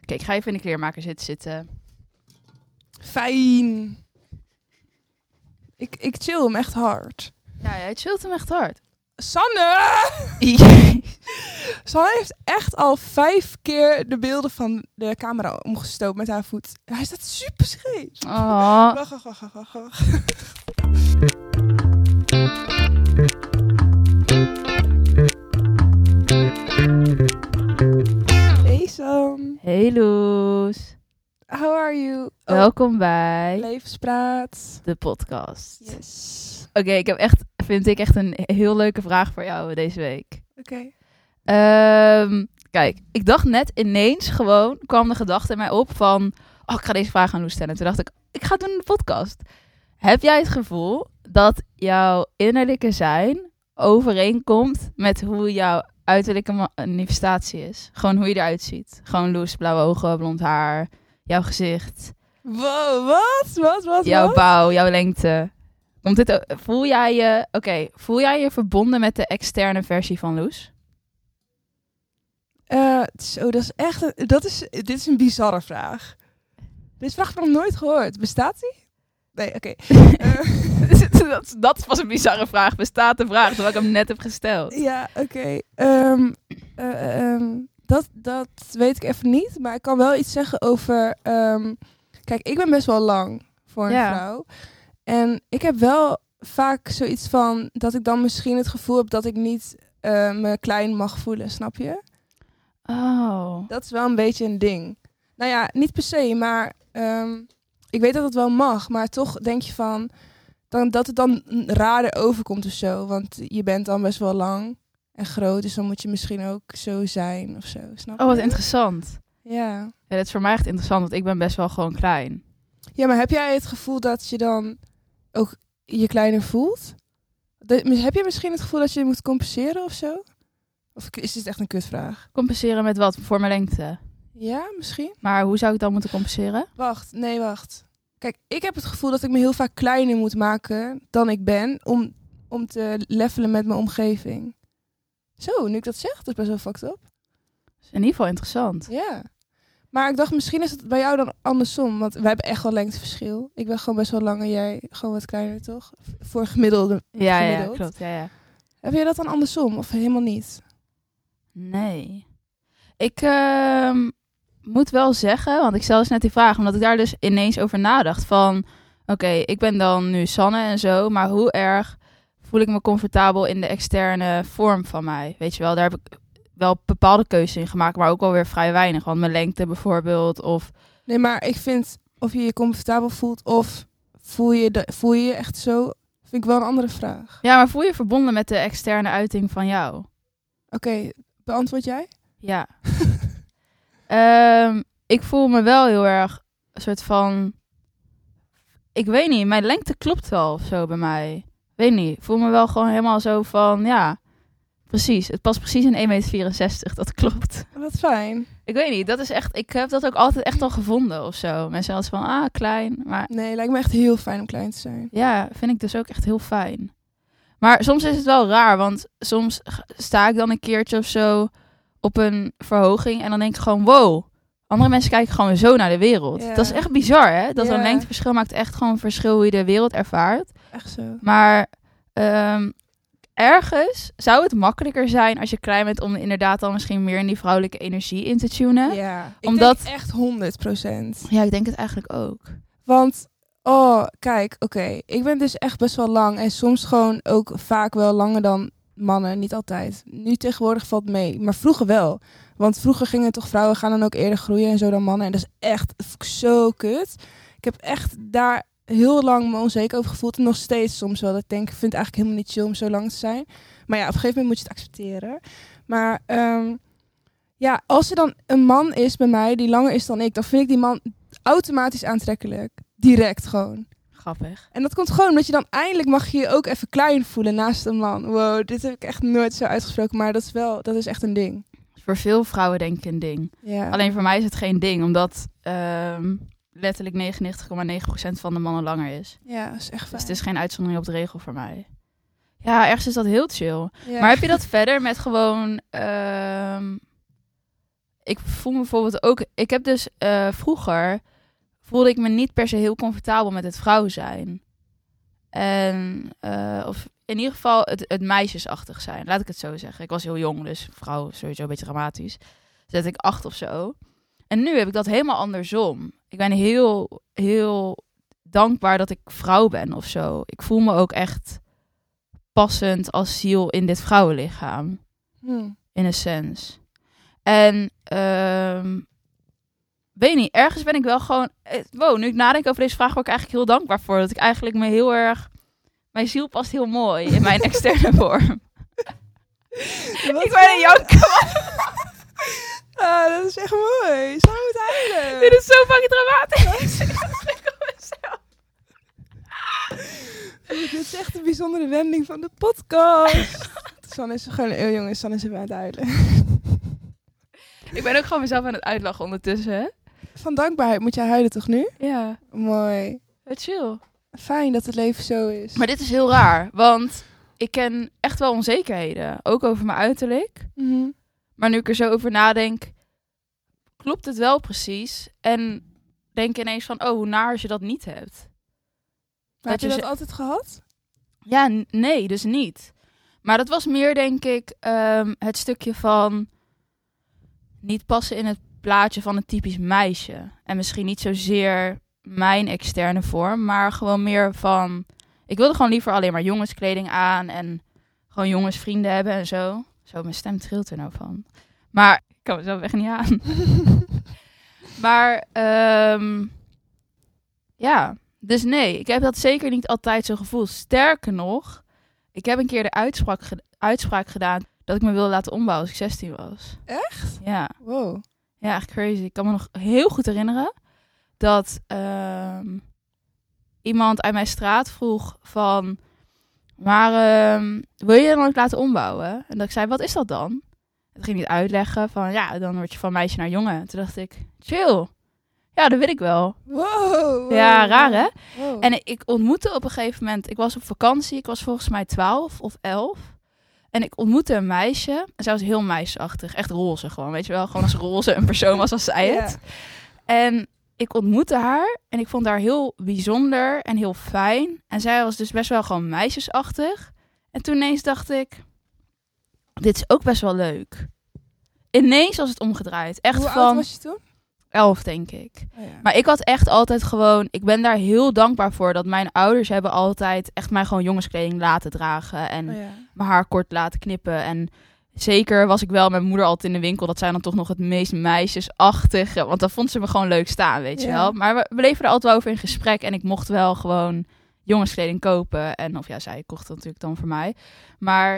Oké, ik ga even in de kleermaker zitten. Fijn. Ik chill hem echt hard. Ja, jij chillt hem echt hard. Sanne! Sanne heeft echt al 5 keer de beelden van de camera omgestoopt met haar voet. Hij staat super scheef. Oh. Wacht. Hey Sam. Hey Loes. How are you? Oh, Welkom bij Levenspraat. de podcast. Yes. Oké, ik heb vind ik echt een heel leuke vraag voor jou deze week. Oké. Kijk, ik dacht net ineens gewoon, kwam de gedachte in mij op van, oh, ik ga deze vraag aan Loes stellen. Toen dacht ik ga het doen in de podcast. Heb jij het gevoel dat jouw innerlijke zijn overeenkomt met hoe jouw uiterlijke manifestatie is? Gewoon hoe je eruit ziet. Gewoon Loes, blauwe ogen, blond haar, jouw gezicht, Wow, wat? jouw bouw, jouw lengte. Voel jij je verbonden met de externe versie van Loes? Zo, dat is echt... Dit is een bizarre vraag. Deze vraag heb ik nog nooit gehoord. Bestaat die? Nee, oké. Dat was een bizarre vraag. Bestaat de vraag, terwijl ik hem net heb gesteld. Ja, oké. Dat weet ik even niet. Maar ik kan wel iets zeggen over... kijk, ik ben best wel lang voor een vrouw. En ik heb wel vaak zoiets van... dat ik dan misschien het gevoel heb dat ik niet me klein mag voelen, snap je? Oh. Dat is wel een beetje een ding. Nou ja, niet per se, maar ik weet dat het wel mag. Maar toch denk je van... dat het dan raarder overkomt of zo. Want je bent dan best wel lang en groot. Dus dan moet je misschien ook zo zijn of zo. Snap je? Oh, wat interessant. Ja. Ja, dat is voor mij echt interessant, want ik ben best wel gewoon klein. Ja, maar heb jij het gevoel dat je dan ook je kleiner voelt? Heb je misschien het gevoel dat je moet compenseren of zo? Of is dit echt een kutvraag? Compenseren met wat? Voor mijn lengte. Ja, misschien. Maar hoe zou ik dan moeten compenseren? Wacht. Kijk, ik heb het gevoel dat ik me heel vaak kleiner moet maken dan ik ben om te levelen met mijn omgeving. Zo, nu ik dat zeg, dat is best wel fucked up. Dat is in ieder geval interessant. Ja. Maar ik dacht, misschien is het bij jou dan andersom. Want wij hebben echt wel lengteverschil. Ik ben gewoon best wel lang en jij gewoon wat kleiner, toch? Voor gemiddelde. Ja, klopt. Ja. Heb je dat dan andersom of helemaal niet? Nee. Ik moet wel zeggen, want ik stel dus net die vraag, omdat ik daar dus ineens over nadacht van, oké, ik ben dan nu Sanne en zo, maar hoe erg voel ik me comfortabel in de externe vorm van mij? Weet je wel, daar heb ik wel bepaalde keuzes in gemaakt, maar ook wel weer vrij weinig. Want mijn lengte bijvoorbeeld, of... Nee, maar ik vind of je je comfortabel voelt of voel je echt zo, vind ik wel een andere vraag. Ja, maar voel je verbonden met de externe uiting van jou? Oké, beantwoord jij? Ja. Ik voel me wel heel erg een soort van... Ik weet niet, mijn lengte klopt wel of zo bij mij. Weet niet, ik voel me wel gewoon helemaal zo van, ja... Precies, het past precies in 1,64 meter, dat klopt. Wat fijn. Ik weet niet, dat is echt... Ik heb dat ook altijd echt al gevonden of zo. Mensen altijd van, klein, maar... Nee, lijkt me echt heel fijn om klein te zijn. Ja, vind ik dus ook echt heel fijn. Maar soms is het wel raar, want soms sta ik dan een keertje of zo op een verhoging en dan denk ik gewoon, wow, andere mensen kijken gewoon zo naar de wereld. Ja. Dat is echt bizar, hè? Dat Ja. zo'n lengteverschil maakt echt gewoon een verschil hoe je de wereld ervaart. Echt zo. Maar ergens zou het makkelijker zijn als je klein bent om inderdaad dan misschien meer in die vrouwelijke energie in te tunen. Ja, Omdat... ik denk echt 100%. Ja, ik denk het eigenlijk ook. Want, kijk, oké. Ik ben dus echt best wel lang. En soms gewoon ook vaak wel langer dan mannen. Niet altijd. Nu tegenwoordig valt mee. Maar vroeger wel. Want vroeger gingen toch vrouwen gaan dan ook eerder groeien en zo dan mannen. En dat is echt zo kut. Ik heb echt daar heel lang me onzeker over gevoeld. En nog steeds soms wel. Dat ik denk, ik vind het eigenlijk helemaal niet chill om zo lang te zijn. Maar ja, op een gegeven moment moet je het accepteren. Maar ja, als er dan een man is bij mij die langer is dan ik, dan vind ik die man automatisch aantrekkelijk. Direct gewoon. Grappig. En dat komt gewoon omdat je dan eindelijk mag je ook even klein voelen naast een man. Wow, dit heb ik echt nooit zo uitgesproken, maar dat is echt een ding. Voor veel vrouwen denk ik een ding. Ja. Alleen voor mij is het geen ding, omdat letterlijk 99,9% van de mannen langer is. Ja, dat is echt fijn. Dus het is geen uitzondering op de regel voor mij. Ja, ergens is dat heel chill. Ja. Maar heb je dat verder met gewoon... ik voel me bijvoorbeeld ook... Ik heb dus vroeger... voelde ik me niet per se heel comfortabel met het vrouw zijn. En... of in ieder geval het meisjesachtig zijn. Laat ik het zo zeggen. Ik was heel jong, dus vrouw sowieso een beetje dramatisch. Zet ik 8 of zo. En nu heb ik dat helemaal andersom. Ik ben heel, heel dankbaar dat ik vrouw ben of zo. Ik voel me ook echt passend als ziel in dit vrouwenlichaam. In een sens. En weet niet, ergens ben ik wel gewoon... Wow, nu ik nadenk over deze vraag, word ik eigenlijk heel dankbaar voor. Dat ik eigenlijk me heel erg... Mijn ziel past heel mooi in mijn externe vorm. Ik ben een janker. Dat is echt mooi. Zo moet huilen. Dit is zo fucking dramatisch. Dit is echt een bijzondere wending van de podcast. Sanne is gewoon heel jong en Sanne is even aan het huilen. Ik ben ook gewoon mezelf aan het uitlachen ondertussen. Hè? Van dankbaarheid moet jij huilen toch nu? Ja. Mooi. Het chill. Fijn dat het leven zo is. Maar dit is heel raar, want ik ken echt wel onzekerheden. Ook over mijn uiterlijk. Mm-hmm. Maar nu ik er zo over nadenk, klopt het wel precies. En denk ineens van, oh, hoe naar als je dat niet hebt. Maar heb je dat altijd gehad? Ja, nee, dus niet. Maar dat was meer, denk ik, het stukje van niet passen in het plaatje van een typisch meisje. En misschien niet zozeer mijn externe vorm, maar gewoon meer van... Ik wilde gewoon liever alleen maar jongenskleding aan en gewoon jongensvrienden hebben en zo. Zo, mijn stem trilt er nou van. Maar ik kan mezelf echt niet aan. Maar ja, dus nee, ik heb dat zeker niet altijd zo gevoeld. Sterker nog, ik heb een keer de uitspraak gedaan dat ik me wilde laten ombouwen als ik 16 was. Echt? Ja. Wow. Ja, echt crazy. Ik kan me nog heel goed herinneren dat iemand uit mijn straat vroeg van... Maar wil je je dan ook laten ombouwen? En dat ik zei, wat is dat dan? En toen ging hij het uitleggen van, ja, dan word je van meisje naar jongen. En toen dacht ik, chill. Ja, dat weet ik wel. Wow. Ja, raar hè? Wow. En ik ontmoette op een gegeven moment... Ik was op vakantie, ik was volgens mij 12 of 11. En ik ontmoette een meisje. En zij was heel meisjesachtig. Echt roze gewoon, weet je wel? Gewoon als roze een persoon was als zij het. Ja. En ik ontmoette haar en ik vond haar heel bijzonder en heel fijn. En zij was dus best wel gewoon meisjesachtig. En toen ineens dacht ik, dit is ook best wel leuk. Ineens was het omgedraaid. Echt Hoe van oud was je toen? 11, denk ik. Oh, ja. Maar ik had echt altijd gewoon... Ik ben daar heel dankbaar voor dat mijn ouders hebben altijd echt mij gewoon jongenskleding laten dragen. En Oh, ja. mijn haar kort laten knippen. En zeker was ik wel met mijn moeder altijd in de winkel. Dat zijn dan toch nog het meest meisjesachtige. Want dan vond ze me gewoon leuk staan, weet je Ja. wel. Maar we bleven er altijd wel over in gesprek. En ik mocht wel gewoon jongenskleding kopen. En of ja, zij kocht het natuurlijk dan voor mij. Maar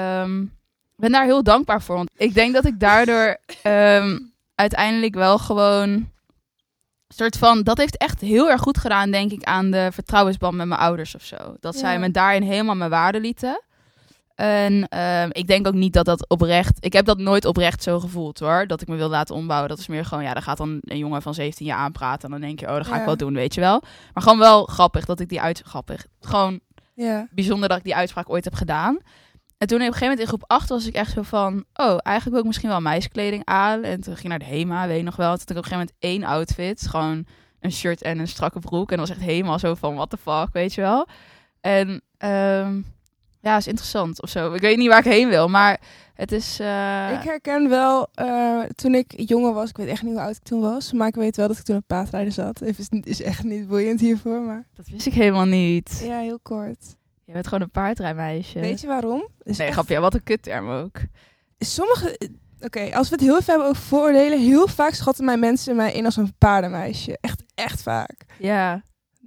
ik ben daar heel dankbaar voor. Want ik denk dat ik daardoor uiteindelijk wel gewoon... soort van, dat heeft echt heel erg goed gedaan, denk ik, aan de vertrouwensband met mijn ouders of zo. Dat Ja. zij me daarin helemaal mijn waarde lieten. En ik denk ook niet dat dat oprecht... Ik heb dat nooit oprecht zo gevoeld, hoor. Dat ik me wil laten ombouwen. Dat is meer gewoon, ja, dan gaat dan een jongen van 17 jaar aanpraten. En dan denk je, oh, dat ga ik Ja. wel doen, weet je wel. Maar gewoon wel grappig dat ik gewoon Ja. bijzonder dat ik die uitspraak ooit heb gedaan. En toen op een gegeven moment in groep 8 was ik echt zo van... Oh, eigenlijk wil ik misschien wel meisjeskleding aan. En toen ging ik naar de HEMA, weet je nog wel. Toen had ik op een gegeven moment 1 outfit. Gewoon een shirt en een strakke broek. En dat was echt helemaal zo van, what the fuck, weet je wel. En ja, is interessant of zo. Ik weet niet waar ik heen wil, maar het is... Ik herken wel, toen ik jonger was, ik weet echt niet hoe oud ik toen was, maar ik weet wel dat ik toen op paardrijden zat. Even, is echt niet boeiend hiervoor, maar... Dat wist ik helemaal niet. Ja, heel kort. Je bent gewoon een paardrijmeisje. Weet je waarom? Is Nee, echt- grapje, wat een kutterm ook. Sommige... Oké, als we het heel even hebben over vooroordelen, heel vaak schatten mijn mensen mij in als een paardenmeisje. Echt vaak. Ja.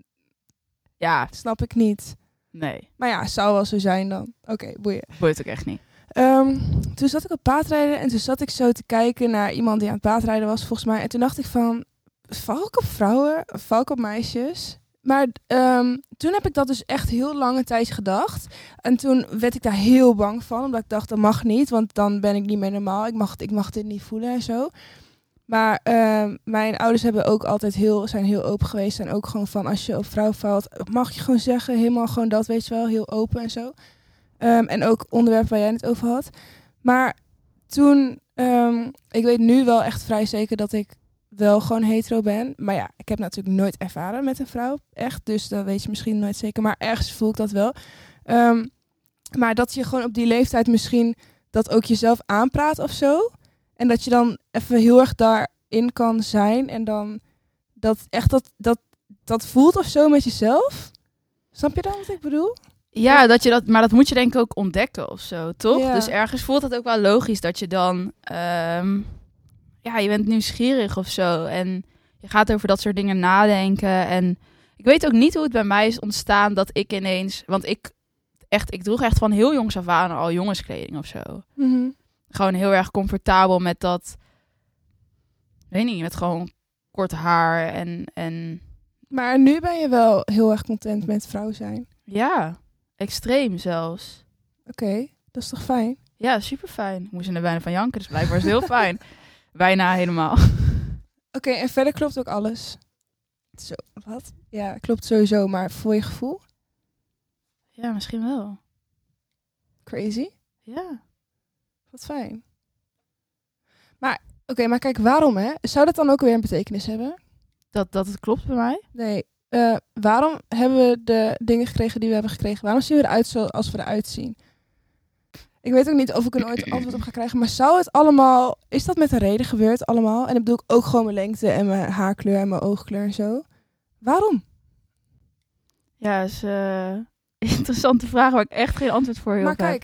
Ja, Dat snap ik niet. nee. Maar ja, zou wel zo zijn dan. Oké, boeien. Boeit ook echt niet. Toen zat ik op paardrijden en toen zat ik zo te kijken naar iemand die aan het paardrijden was, volgens mij. En toen dacht ik van, val ik op vrouwen? Val ik op meisjes? Maar toen heb ik dat dus echt heel lange tijd gedacht. En toen werd ik daar heel bang van, omdat ik dacht, dat mag niet, want dan ben ik niet meer normaal. Ik mag dit niet voelen en zo. Maar mijn ouders hebben ook altijd zijn heel open geweest. En ook gewoon van, als je op vrouw valt, mag je gewoon zeggen, helemaal gewoon dat, weet je wel, heel open en zo. En ook onderwerpen waar jij het over had. Maar toen Ik weet nu wel echt vrij zeker dat ik wel gewoon hetero ben. Maar ja, ik heb natuurlijk nooit ervaren met een vrouw. Echt, dus dat weet je misschien nooit zeker. Maar ergens voel ik dat wel. Maar dat je gewoon op die leeftijd misschien dat ook jezelf aanpraat of zo. En dat je dan even heel erg daarin kan zijn. En dan dat echt dat voelt of zo met jezelf. Snap je dan wat ik bedoel? Ja, maar dat moet je denk ik ook ontdekken of zo, toch? Ja. Dus ergens voelt het ook wel logisch dat je dan... je bent nieuwsgierig of zo. En je gaat over dat soort dingen nadenken. En ik weet ook niet hoe het bij mij is ontstaan dat ik ineens... Want ik droeg echt van heel jongs af aan al jongenskleding of zo. Mm-hmm. Gewoon heel erg comfortabel met dat... Weet niet, met gewoon kort haar en Maar nu ben je wel heel erg content met vrouw zijn. ja, extreem zelfs. Oké, dat is toch fijn? Ja, super fijn. Ik moest er bijna van janken, dus blijkbaar is het heel fijn. Bijna helemaal. Oké, en verder klopt ook alles. Zo, wat? Ja, klopt sowieso, maar voor je gevoel? Ja, misschien wel. Crazy. Ja. Wat fijn. Maar, maar kijk, waarom hè? Zou dat dan ook weer een betekenis hebben? Dat het klopt bij mij? Nee. Waarom hebben we de dingen gekregen die we hebben gekregen? Waarom zien we eruit zoals we eruit zien? Ik weet ook niet of ik er ooit antwoord op ga krijgen, maar is dat met een reden gebeurd allemaal? En dan bedoel ik ook gewoon mijn lengte en mijn haarkleur en mijn oogkleur en zo. Waarom? Ja, dat is een interessante vraag waar ik echt geen antwoord voor heb. Maar kijk,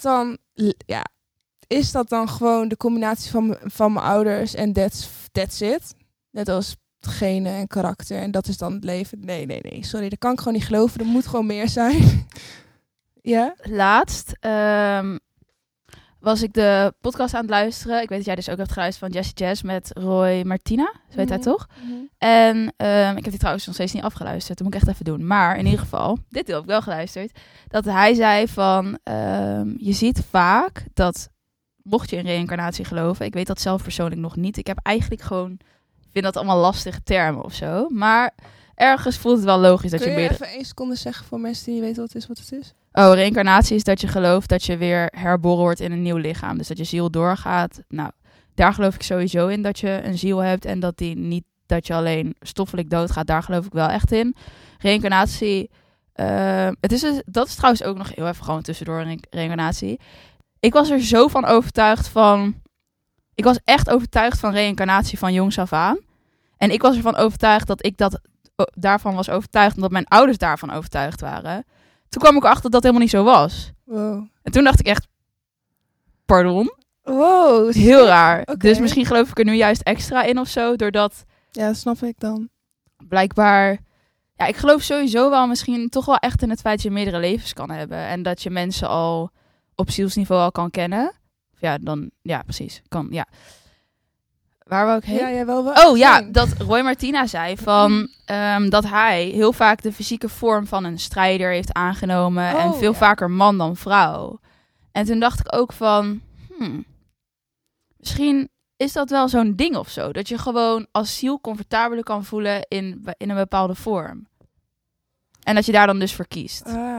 is dat dan gewoon de combinatie van mijn ouders en that's it? Net als genen en karakter en dat is dan het leven? Nee. Sorry, dat kan ik gewoon niet geloven. Er moet gewoon meer zijn. Ja? Laatst was ik de podcast aan het luisteren. Ik weet dat jij dus ook hebt geluisterd van Jessie Jazz met Roy Martina. Zo heet hij toch? Mm-hmm. En ik heb die trouwens nog steeds niet afgeluisterd. Dat moet ik echt even doen. Maar in ieder geval, dit deel heb ik wel geluisterd. Dat hij zei van, je ziet vaak dat, mocht je in reïncarnatie geloven. Ik weet dat zelf persoonlijk nog niet. Ik heb eigenlijk gewoon, vind dat allemaal lastige termen of zo. Maar ergens voelt het wel logisch dat Kun je je weer... even 1 seconde zeggen voor mensen die niet weten wat het is? Oh, reïncarnatie is dat je gelooft dat je weer herboren wordt in een nieuw lichaam. Dus dat je ziel doorgaat. Nou, daar geloof ik sowieso in dat je een ziel hebt. En dat die niet, dat je alleen stoffelijk doodgaat. Daar geloof ik wel echt in. Reïncarnatie, dat is trouwens ook nog heel even gewoon tussendoor reïncarnatie. Ik was er zo van overtuigd van... Ik was echt overtuigd van reïncarnatie van jongs af aan. En ik was ervan overtuigd dat ik daarvan was overtuigd... omdat mijn ouders daarvan overtuigd waren. Toen kwam ik erachter dat dat helemaal niet zo was. Wow. En toen dacht ik echt... Pardon? Wow. Heel raar. Oké. Dus misschien geloof ik er nu juist extra in of zo. Doordat Ja, dat snap ik dan. blijkbaar... Ja, ik geloof sowieso wel misschien toch wel echt in het feit dat je meerdere levens kan hebben. En dat je mensen al op zielsniveau al kan kennen. Ja, dan... Ja, precies. Kan, ja. Waar wou ik heen? Ja, jij wel. Oh ja, dat Roy Martina zei van dat hij heel vaak de fysieke vorm van een strijder heeft aangenomen. En veel vaker man dan vrouw. En toen dacht ik ook van, misschien is dat wel zo'n ding of zo. Dat je gewoon als ziel comfortabeler kan voelen in een bepaalde vorm. En dat je daar dan dus voor kiest.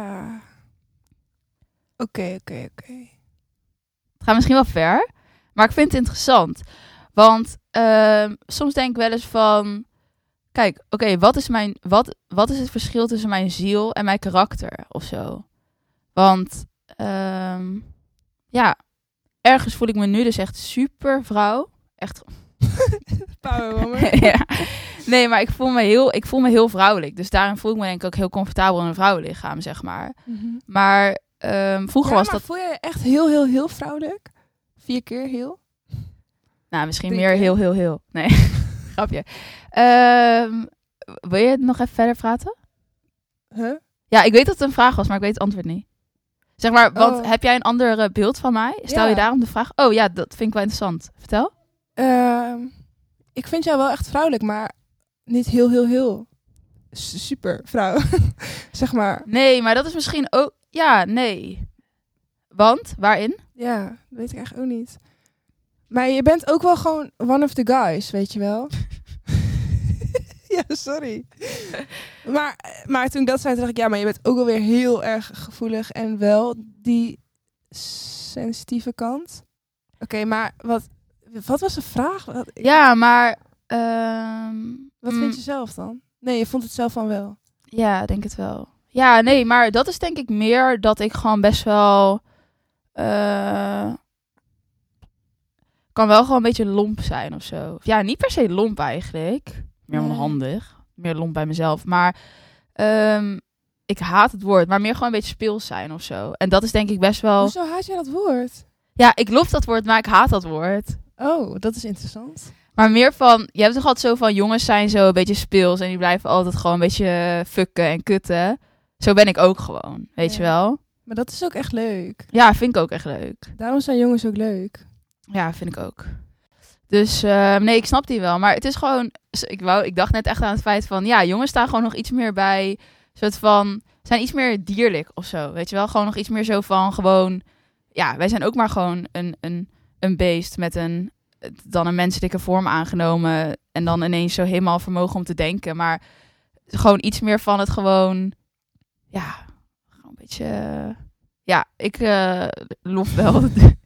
Oké. Het gaat misschien wel ver, maar ik vind het interessant. Want soms denk ik wel eens van... Kijk, oké, wat is het verschil tussen mijn ziel en mijn karakter of zo? Want ergens voel ik me nu dus echt super vrouw. Echt... Power woman. Ja. Nee, maar ik voel me heel vrouwelijk. Dus daarin voel ik me denk ik ook heel comfortabel in een vrouwenlichaam, zeg maar. Mm-hmm. Maar vroeger was dat... voel je je echt heel, heel, heel vrouwelijk? 4 keer heel? Nou, misschien 3 meer keer. heel. Nee, grapje. Wil je het nog even verder praten? Huh? Ja, ik weet dat het een vraag was, maar ik weet het antwoord niet. Zeg maar, want heb jij een ander beeld van mij? Stel je daarom de vraag? Oh ja, dat vind ik wel interessant. Vertel. Ik vind jou wel echt vrouwelijk, maar niet heel, heel, heel super vrouw. Zeg maar. Nee, maar dat is misschien ook... Ja, nee. Want? Waarin? Ja, dat weet ik eigenlijk ook niet. Maar je bent ook wel gewoon one of the guys, weet je wel? Ja, sorry. Maar toen ik dat zei, dacht ik... Ja, maar je bent ook wel weer heel erg gevoelig en wel die sensitieve kant. Oké, maar wat... Wat was de vraag? Ja, maar... Wat vind je zelf dan? Nee, je vond het zelf dan wel. Ja, denk het wel. Ja, nee, maar dat is denk ik meer dat ik gewoon best wel... kan wel gewoon een beetje lomp zijn of zo. Ja, niet per se lomp eigenlijk. Meer onhandig. Meer lomp bij mezelf. Maar ik haat het woord. Maar meer gewoon een beetje speels zijn of zo. En dat is denk ik best wel... Hoezo haat jij dat woord? Ja, ik lof dat woord, maar ik haat dat woord. Oh, dat is interessant. Maar meer van... Je hebt toch altijd zo van jongens zijn zo een beetje speels. En die blijven altijd gewoon een beetje fucken en kutten. Zo ben ik ook gewoon. Weet je wel? Maar dat is ook echt leuk. Ja, vind ik ook echt leuk. Daarom zijn jongens ook leuk. Ja, vind ik ook. Dus nee, ik snap die wel. Maar het is gewoon... Ik dacht net echt aan het feit van... Ja, jongens staan gewoon nog iets meer bij... soort van... Zijn iets meer dierlijk of zo. Weet je wel? Gewoon nog iets meer zo van gewoon... Ja, wij zijn ook maar gewoon een beest met dan een menselijke vorm aangenomen. En dan ineens zo helemaal vermogen om te denken. Maar gewoon iets meer van het gewoon... Ja, gewoon een beetje... ja, ik lof wel...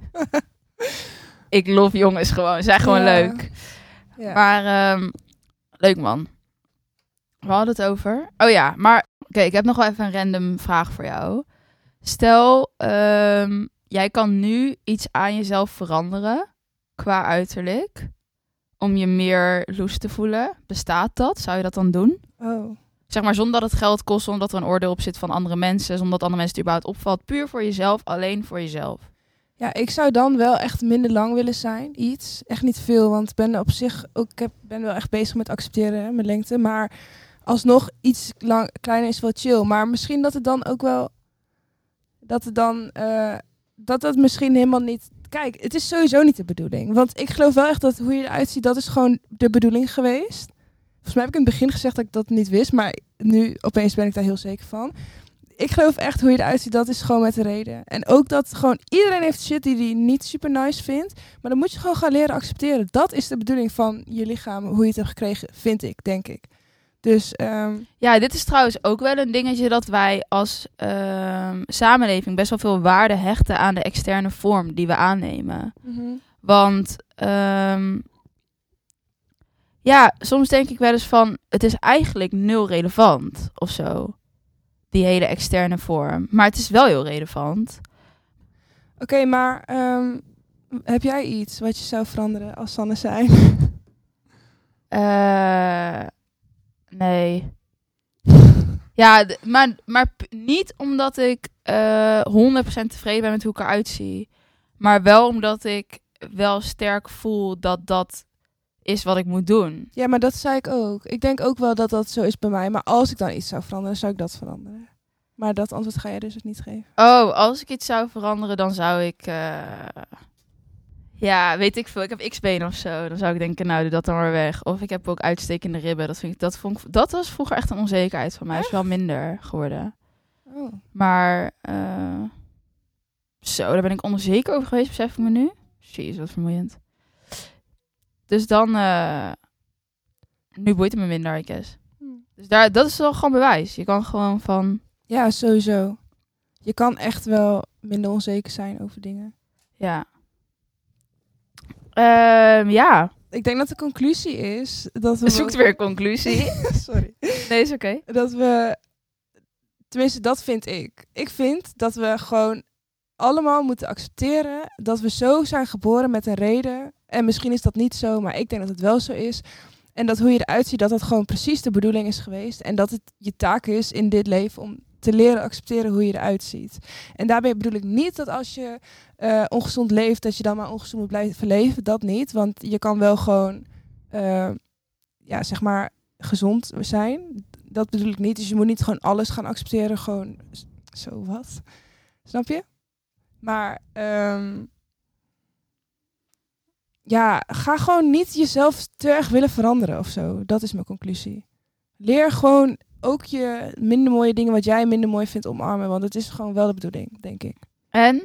Ik lof jongens gewoon. Ze zijn gewoon leuk. Ja. Maar leuk man. We hadden het over. Oh ja, maar oké, ik heb nog wel even een random vraag voor jou. Stel, jij kan nu iets aan jezelf veranderen qua uiterlijk om je meer loes te voelen. Bestaat dat? Zou je dat dan doen? Oh. Zeg maar zonder dat het geld kost, zonder dat er een oordeel op zit van andere mensen, zonder dat andere mensen het überhaupt opvalt. Puur voor jezelf, alleen voor jezelf. Ja, ik zou dan wel echt minder lang willen zijn. Iets. Echt niet veel, want ik ben op zich ook, ben wel echt bezig met accepteren, hè, mijn lengte. Maar alsnog iets kleiner is wel chill. Maar misschien dat het dan ook wel... Dat het dan... dat het misschien helemaal niet... Kijk, het is sowieso niet de bedoeling. Want ik geloof wel echt dat hoe je eruit ziet, dat is gewoon de bedoeling geweest. Volgens mij heb ik in het begin gezegd dat ik dat niet wist. Maar nu opeens ben ik daar heel zeker van. Ik geloof echt hoe je eruit ziet, dat is gewoon met de reden. En ook dat gewoon iedereen heeft shit die hij niet super nice vindt. Maar dan moet je gewoon gaan leren accepteren. Dat is de bedoeling van je lichaam, hoe je het hebt gekregen, vind ik, denk ik. Dus ja, dit is trouwens ook wel een dingetje dat wij als samenleving best wel veel waarde hechten aan de externe vorm die we aannemen. Want ja, soms denk ik wel eens van, het is eigenlijk nul relevant of zo. Die hele externe vorm. Maar het is wel heel relevant. Oké, maar heb jij iets wat je zou veranderen als Sanne zijn? Nee. Ja, maar niet omdat ik 100% tevreden ben met hoe ik eruit zie. Maar wel omdat ik wel sterk voel dat dat is wat ik moet doen. Ja, maar dat zei ik ook. Ik denk ook wel dat dat zo is bij mij. Maar als ik dan iets zou veranderen, zou ik dat veranderen. Maar dat antwoord ga jij dus niet geven. Oh, als ik iets zou veranderen, dan zou ik... ja, weet ik veel. Ik heb X-benen of zo. Dan zou ik denken, nou, doe dat dan maar weg. Of ik heb ook uitstekende ribben. Dat was vroeger echt een onzekerheid van mij. Het is wel minder geworden. Oh. Maar... zo, daar ben ik onzeker over geweest, besef ik me nu. Jeez, wat vermoeiend. Dus dan... nu boeit het me minder, I guess. Dus dat is wel gewoon bewijs. Je kan gewoon van... Ja, sowieso. Je kan echt wel minder onzeker zijn over dingen. Ja. Ja. Ik denk dat de conclusie is dat we... Zoekt weer een conclusie. Sorry. Nee, is oké. Dat we... Tenminste, dat vind ik. Ik vind dat we gewoon allemaal moeten accepteren dat we zo zijn geboren met een reden. En misschien is dat niet zo, maar ik denk dat het wel zo is. En dat hoe je eruit ziet, dat dat gewoon precies de bedoeling is geweest. En dat het je taak is in dit leven om te leren accepteren hoe je eruit ziet. En daarbij bedoel ik niet dat als je ongezond leeft, dat je dan maar ongezond moet blijven leven. Dat niet, want je kan wel gewoon, ja, zeg maar, gezond zijn. Dat bedoel ik niet. Dus je moet niet gewoon alles gaan accepteren. Gewoon zo wat. Snap je? Maar ja, ga gewoon niet jezelf te erg willen veranderen of zo. Dat is mijn conclusie. Leer gewoon ook je minder mooie dingen wat jij minder mooi vindt omarmen. Want het is gewoon wel de bedoeling, denk ik. En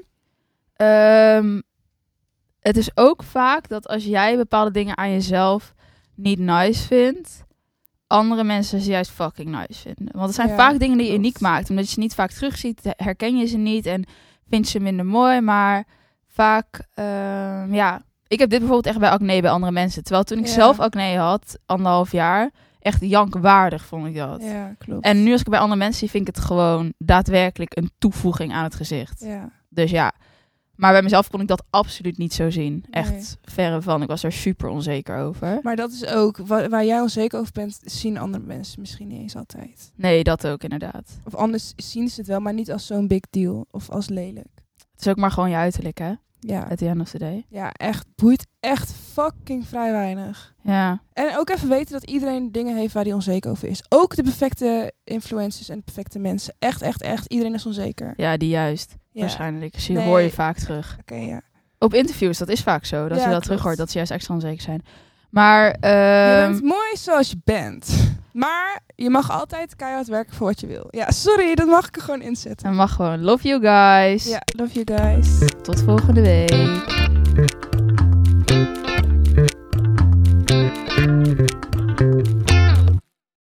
het is ook vaak dat als jij bepaalde dingen aan jezelf niet nice vindt, andere mensen ze juist fucking nice vinden. Want het zijn vaak dingen die je uniek maakt. Omdat je ze niet vaak terugziet, herken je ze niet en vind je ze minder mooi. Maar vaak, ja, Ik heb dit bijvoorbeeld echt bij acne bij andere mensen. Terwijl toen ik zelf acne had, 1,5 jaar, echt jankwaardig vond ik dat. Ja, klopt. En nu als ik bij andere mensen zie, vind ik het gewoon daadwerkelijk een toevoeging aan het gezicht. Ja. Dus ja. Maar bij mezelf kon ik dat absoluut niet zo zien. Nee. Echt verre van. Ik was er super onzeker over. Maar dat is ook, waar jij onzeker over bent, zien andere mensen misschien niet eens altijd. Nee, dat ook inderdaad. Of anders zien ze het wel, maar niet als zo'n big deal. Of als lelijk. Het is ook maar gewoon je uiterlijk, hè? Ja. At the end of the day. Ja, echt. Boeit echt fucking vrij weinig. Ja. En ook even weten dat iedereen dingen heeft waar hij onzeker over is. Ook de perfecte influencers en de perfecte mensen. Echt, echt, echt. Iedereen is onzeker. Ja, die juist. Ja. Waarschijnlijk. Dus die Nee. hoor je vaak terug. Oké, ja. Op interviews, dat is vaak zo. Dat Ja, je dat klopt. terug hoort. Dat ze juist extra onzeker zijn. Maar, Je bent mooi zoals je bent. Maar je mag altijd keihard werken voor wat je wil. Ja, sorry, dat mag ik er gewoon inzetten. en mag gewoon. Love you guys. Ja, love you guys. Tot volgende week.